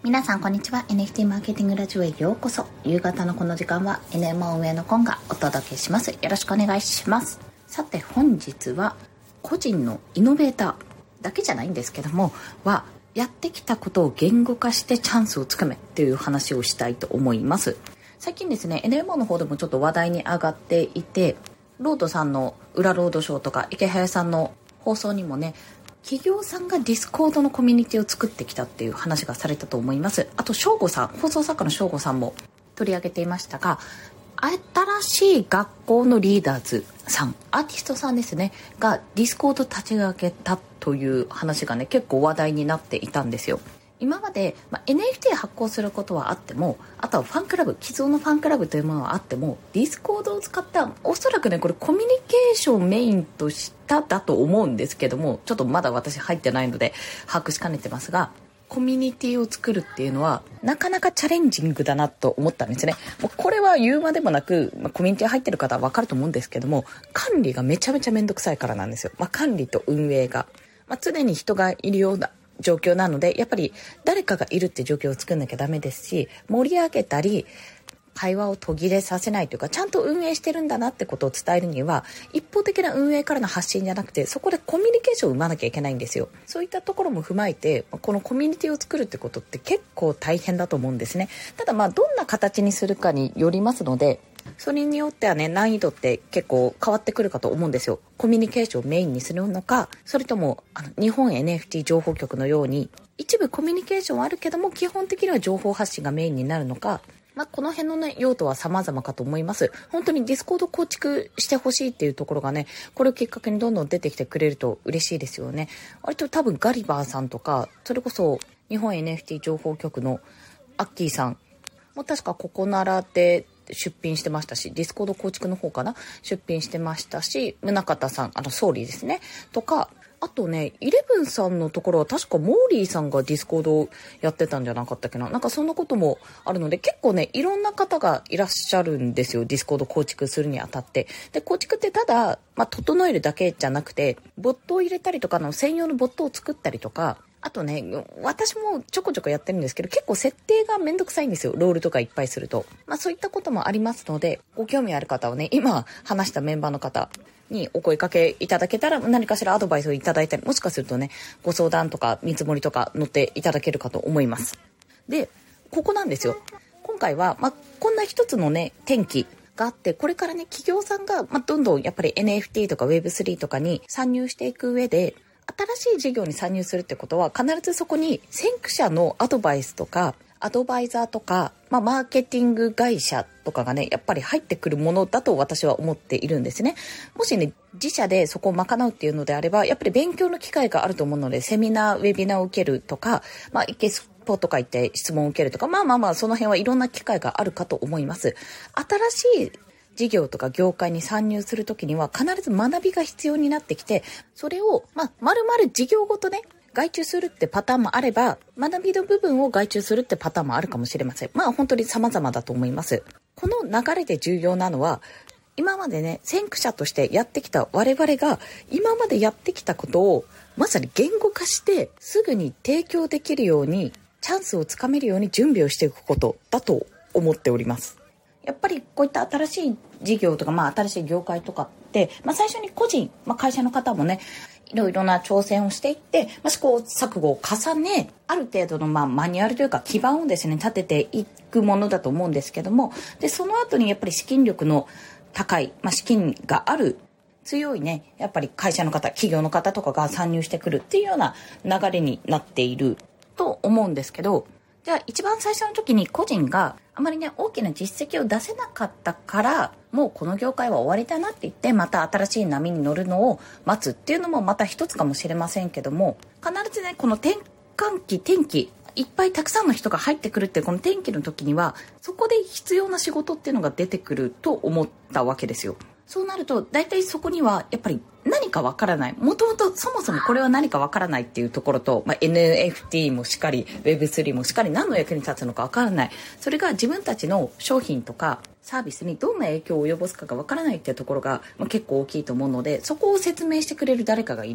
皆さんこんにちは。 NFT マーケティングラジオへようこそ。夕方のこの時間は NMO 運営のコンがお届けします。よろしくお願いします。さて本日は個人のイノベーターだけじゃないんですけどもやってきたことを言語化してチャンスをつかめっていう話をしたいと思います。最近ですね NMO の方でもちょっと話題に上がっていて、ロードさんの裏ロードショーとか池早さんの放送にもね、企業さんがディスコードのコミュニティを作ってきたっていう話がされたと思います。あと翔吾さん、放送作家の翔吾さんも取り上げていましたが、新しい学校のリーダーズさん、アーティストさんですねがディスコード立ち上げたという話がね結構話題になっていたんですよ。今まで、NFT 発行することはあっても、あとはファンクラブ、既存のファンクラブというものはあっても、ディスコードを使ったおそらくねこれコミュニケーションメインとしただと思うんですけども、ちょっとまだ私入ってないので把握しかねてますが、コミュニティを作るっていうのはなかなかチャレンジングだなと思ったんですね。もうこれは言うまでもなく、コミュニティ入ってる方は分かると思うんですけども、管理がめちゃめちゃめんどくさいからなんですよ。管理と運営が、常に人がいるような状況なので、やっぱり誰かがいるって状況を作んなきゃダメですし、盛り上げたり会話を途切れさせないというか、ちゃんと運営してるんだなってことを伝えるには、一方的な運営からの発信じゃなくて、そこでコミュニケーションを生まなきゃいけないんですよ。そういったところも踏まえて、このコミュニティを作るってことって結構大変だと思うんですね。ただどんな形にするかによりますので、それによってはね難易度って結構変わってくるかと思うんですよ。コミュニケーションをメインにするのか、それとも日本 NFT 情報局のように一部コミュニケーションはあるけども基本的には情報発信がメインになるのか、この辺のね用途は様々かと思います。本当にディスコード構築してほしいっていうところがね、これをきっかけにどんどん出てきてくれると嬉しいですよね。割と多分ガリバーさんとか、それこそ日本 NFT 情報局のアッキーさんも確かここならで出品してましたし、ディスコード構築の方かな、出品してましたし、宗像さん、総理ですねとか、あとねイレブンさんのところは確かモーリーさんがディスコードをやってたんじゃなかったっけな、なんかそんなこともあるので、結構ねいろんな方がいらっしゃるんですよ、ディスコード構築するにあたって。で構築ってただ、整えるだけじゃなくて、ボットを入れたりとかの専用のボットを作ったりとか、あとね、私もちょこちょこやってるんですけど、結構設定がめんどくさいんですよ。ロールとかいっぱいすると。そういったこともありますので、ご興味ある方はね、今話したメンバーの方にお声かけいただけたら、何かしらアドバイスをいただいたり、もしかするとね、ご相談とか見積もりとか乗っていただけるかと思います。で、ここなんですよ。今回は、こんな一つのね、転機があって、これからね、企業さんが、どんどんやっぱり NFT とか Web3 とかに参入していく上で、新しい事業に参入するってことは、必ずそこに先駆者のアドバイスとかアドバイザーとか、マーケティング会社とかがねやっぱり入ってくるものだと私は思っているんですね。もしね自社でそこを賄うっていうのであれば、やっぱり勉強の機会があると思うので、セミナーウェビナーを受けるとか、エキスポとか行って質問を受けるとか、その辺はいろんな機会があるかと思います。新しい事業とか業界に参入するときには必ず学びが必要になってきて、それを丸々事業ごとね外注するってパターンもあれば、学びの部分を外注するってパターンもあるかもしれません。本当に様々だと思います。この流れで重要なのは、今までね先駆者としてやってきた我々が今までやってきたことをまさに言語化してすぐに提供できるように、チャンスをつかめるように準備をしていくことだと思っております。やっぱりこういった新しい事業とか、新しい業界とかって、最初に個人、会社の方もねいろいろな挑戦をしていって、試行錯誤を重ね、ある程度のマニュアルというか基盤をですね立てていくものだと思うんですけども、でその後にやっぱり資金力の高い、資金がある強いねやっぱり会社の方、企業の方とかが参入してくるっていうような流れになっていると思うんですけど、じゃあ一番最初の時に個人があまりね大きな実績を出せなかったから、もうこの業界は終わりだなって言ってまた新しい波に乗るのを待つっていうのもまた一つかもしれませんけども、必ずねこの転機いっぱいたくさんの人が入ってくるってこの転機の時には、そこで必要な仕事っていうのが出てくると思ったわけですよ。そうなると大体そこにはやっぱり何かわからない、もともとそもそもこれは何かわからないっていうところと、NFT もしっかり Web3 もしっかり何の役に立つのかわからない、それが自分たちの商品とかサービスにどんな影響を及ぼすかがわからないっていうところが、結構大きいと思うので、そこを説明してくれる誰かがいる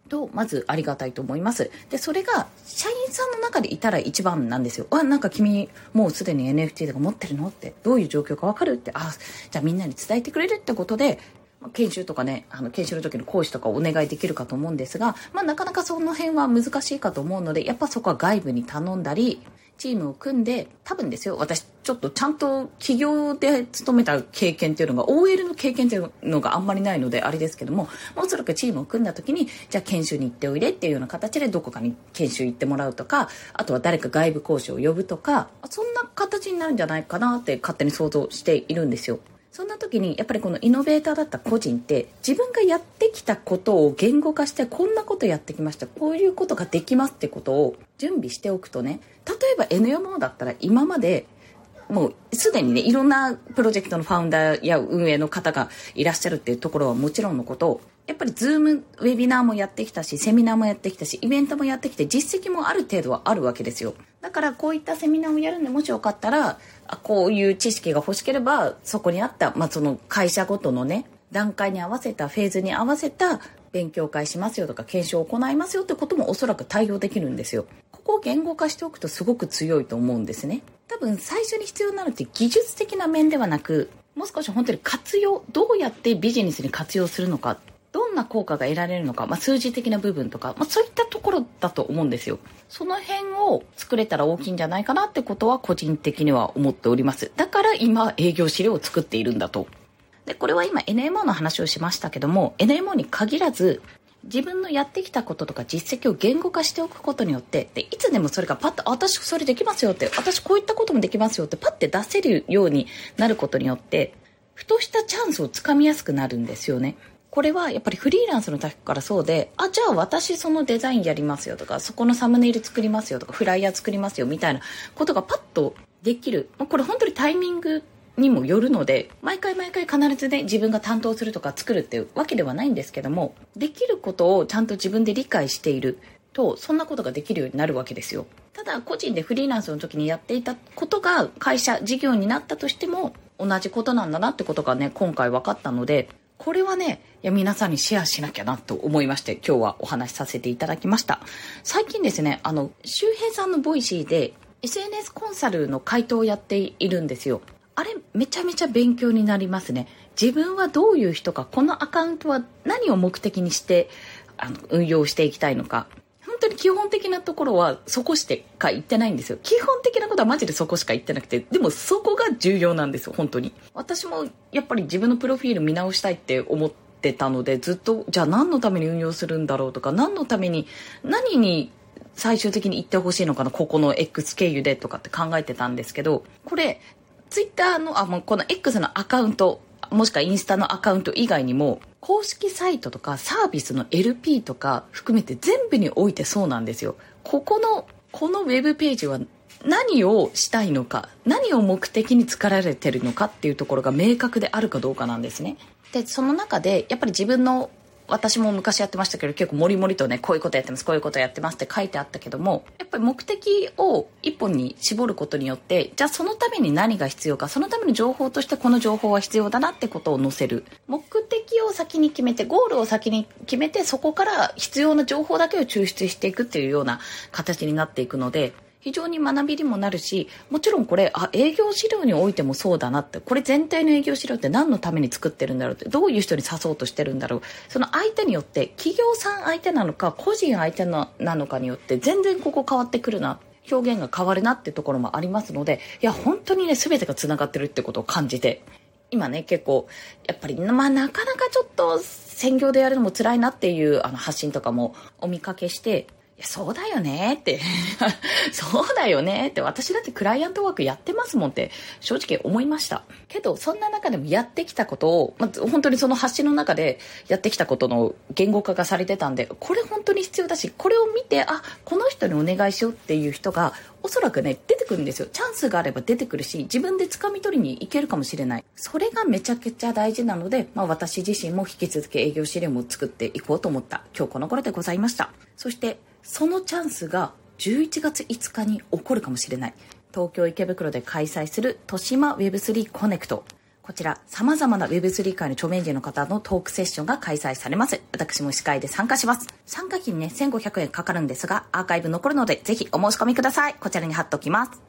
とまずありがたいと思います。でそれが社員さんの中でいたら一番なんですよ。なんか君もうすでに NFT とか持ってるのって、どういう状況か分かるって、じゃあみんなに伝えてくれるってことで研修とかね、研修の時の講師とかお願いできるかと思うんですが、なかなかその辺は難しいかと思うので、やっぱそこは外部に頼んだりチームを組んで、多分ですよ、私ちょっとちゃんと企業で勤めた経験っていうのが OL の経験っていうのがあんまりないのであれですけども、おそらくチームを組んだ時にじゃあ研修に行っておいでっていうような形でどこかに研修行ってもらうとか、あとは誰か外部講師を呼ぶとか、そんな形になるんじゃないかなって勝手に想像しているんですよ。そんな時にやっぱりこのイノベーターだった個人って自分がやってきたことを言語化して、こんなことやってきました、こういうことができますってことを準備しておくとね、例えば NMO だったら今までもうすでにね、いろんなプロジェクトのファウンダーや運営の方がいらっしゃるっていうところはもちろんのこと、やっぱりズームウェビナーもやってきたし、セミナーもやってきたし、イベントもやってきて、実績もある程度はあるわけですよ。だからこういったセミナーをやるんで、もしよかったらこういう知識が欲しければそこにあった、その会社ごとのね段階に合わせたフェーズに合わせた勉強会しますよとか研修を行いますよってこともおそらく対応できるんですよ。ここを言語化しておくとすごく強いと思うんですね。多分最初に必要なのって技術的な面ではなく、もう少し本当に活用、どうやってビジネスに活用するのか、どんな効果が得られるのか、数字的な部分とか、そういったところだと思うんですよ。その辺を作れたら大きいんじゃないかなってことは個人的には思っております。だから今営業資料を作っているんだと。でこれは今 NMO の話をしましたけども、 NMO に限らず自分のやってきたこととか実績を言語化しておくことによって、でいつでもそれがパッと、私それできますよって、私こういったこともできますよってパッて出せるようになることによって、ふとしたチャンスをつかみやすくなるんですよね。これはやっぱりフリーランスの時からそうで、じゃあ私そのデザインやりますよとか、そこのサムネイル作りますよとか、フライヤー作りますよみたいなことがパッとできる。これ本当にタイミングにもよるので、毎回必ずね自分が担当するとか作るっていうわけではないんですけども、できることをちゃんと自分で理解していると、そんなことができるようになるわけですよ。ただ個人でフリーランスの時にやっていたことが会社事業になったとしても同じことなんだなってことがね、今回分かったので、これはね、皆さんにシェアしなきゃなと思いまして、今日はお話しさせていただきました。最近ですね、周平さんのボイシーで SNS コンサルの回答をやっているんですよ。あれめちゃめちゃ勉強になりますね。自分はどういう人か、このアカウントは何を目的にして運用していきたいのか、本当に基本的なところはそこしか言ってないんですよ。基本的なことはマジでそこしか言ってなくて、でもそこが重要なんですよ。本当に私もやっぱり自分のプロフィール見直したいって思ってたので、ずっとじゃあ何のために運用するんだろうとか、何に最終的に言ってほしいのかな、ここの X 経由でとかって考えてたんですけど、これツイッターのこの X のアカウント、もしくはインスタのアカウント以外にも公式サイトとかサービスの LP とか含めて全部においてそうなんですよ。このウェブページは何をしたいのか、何を目的に作られてるのかっていうところが明確であるかどうかなんですね。でその中でやっぱり自分の、私も昔やってましたけど、結構モリモリとね、こういうことやってます、こういうことやってますって書いてあったけども、やっぱり目的を一本に絞ることによって、じゃあそのために何が必要か、そのための情報としてこの情報は必要だなってことを載せる。目的を先に決めて、ゴールを先に決めて、そこから必要な情報だけを抽出していくっていうような形になっていくので、非常に学びにもなるし、もちろんこれ営業資料においてもそうだなって、これ全体の営業資料って何のために作ってるんだろうって、どういう人に誘おうとしてるんだろう、その相手によって、企業さん相手なのか個人相手なのかによって全然ここ変わってくるな、表現が変わるなってところもありますので、いや本当にね、全てがつながってるってことを感じて、今ね結構やっぱりなかなかちょっと専業でやるのも辛いなっていう発信とかもお見かけして、いやそうだよねってそうだよねって、私だってクライアントワークやってますもんって正直思いましたけど、そんな中でもやってきたことを、本当にその発信の中でやってきたことの言語化がされてたんで、これ本当に必要だし、これを見てこの人にお願いしようっていう人がおそらくね出てくるんですよ。チャンスがあれば出てくるし、自分で掴み取りに行けるかもしれない。それがめちゃくちゃ大事なので、私自身も引き続き営業資料も作っていこうと思った今日この頃でございました。そしてそのチャンスが11月5日に起こるかもしれない。東京池袋で開催する豊島 Web3 コネクト。 こちら様々な Web3 界の著名人の方のトークセッションが開催されます。私も司会で参加します。参加費にね、1500円かかるんですが、アーカイブ残るのでぜひお申し込みください。こちらに貼っておきます。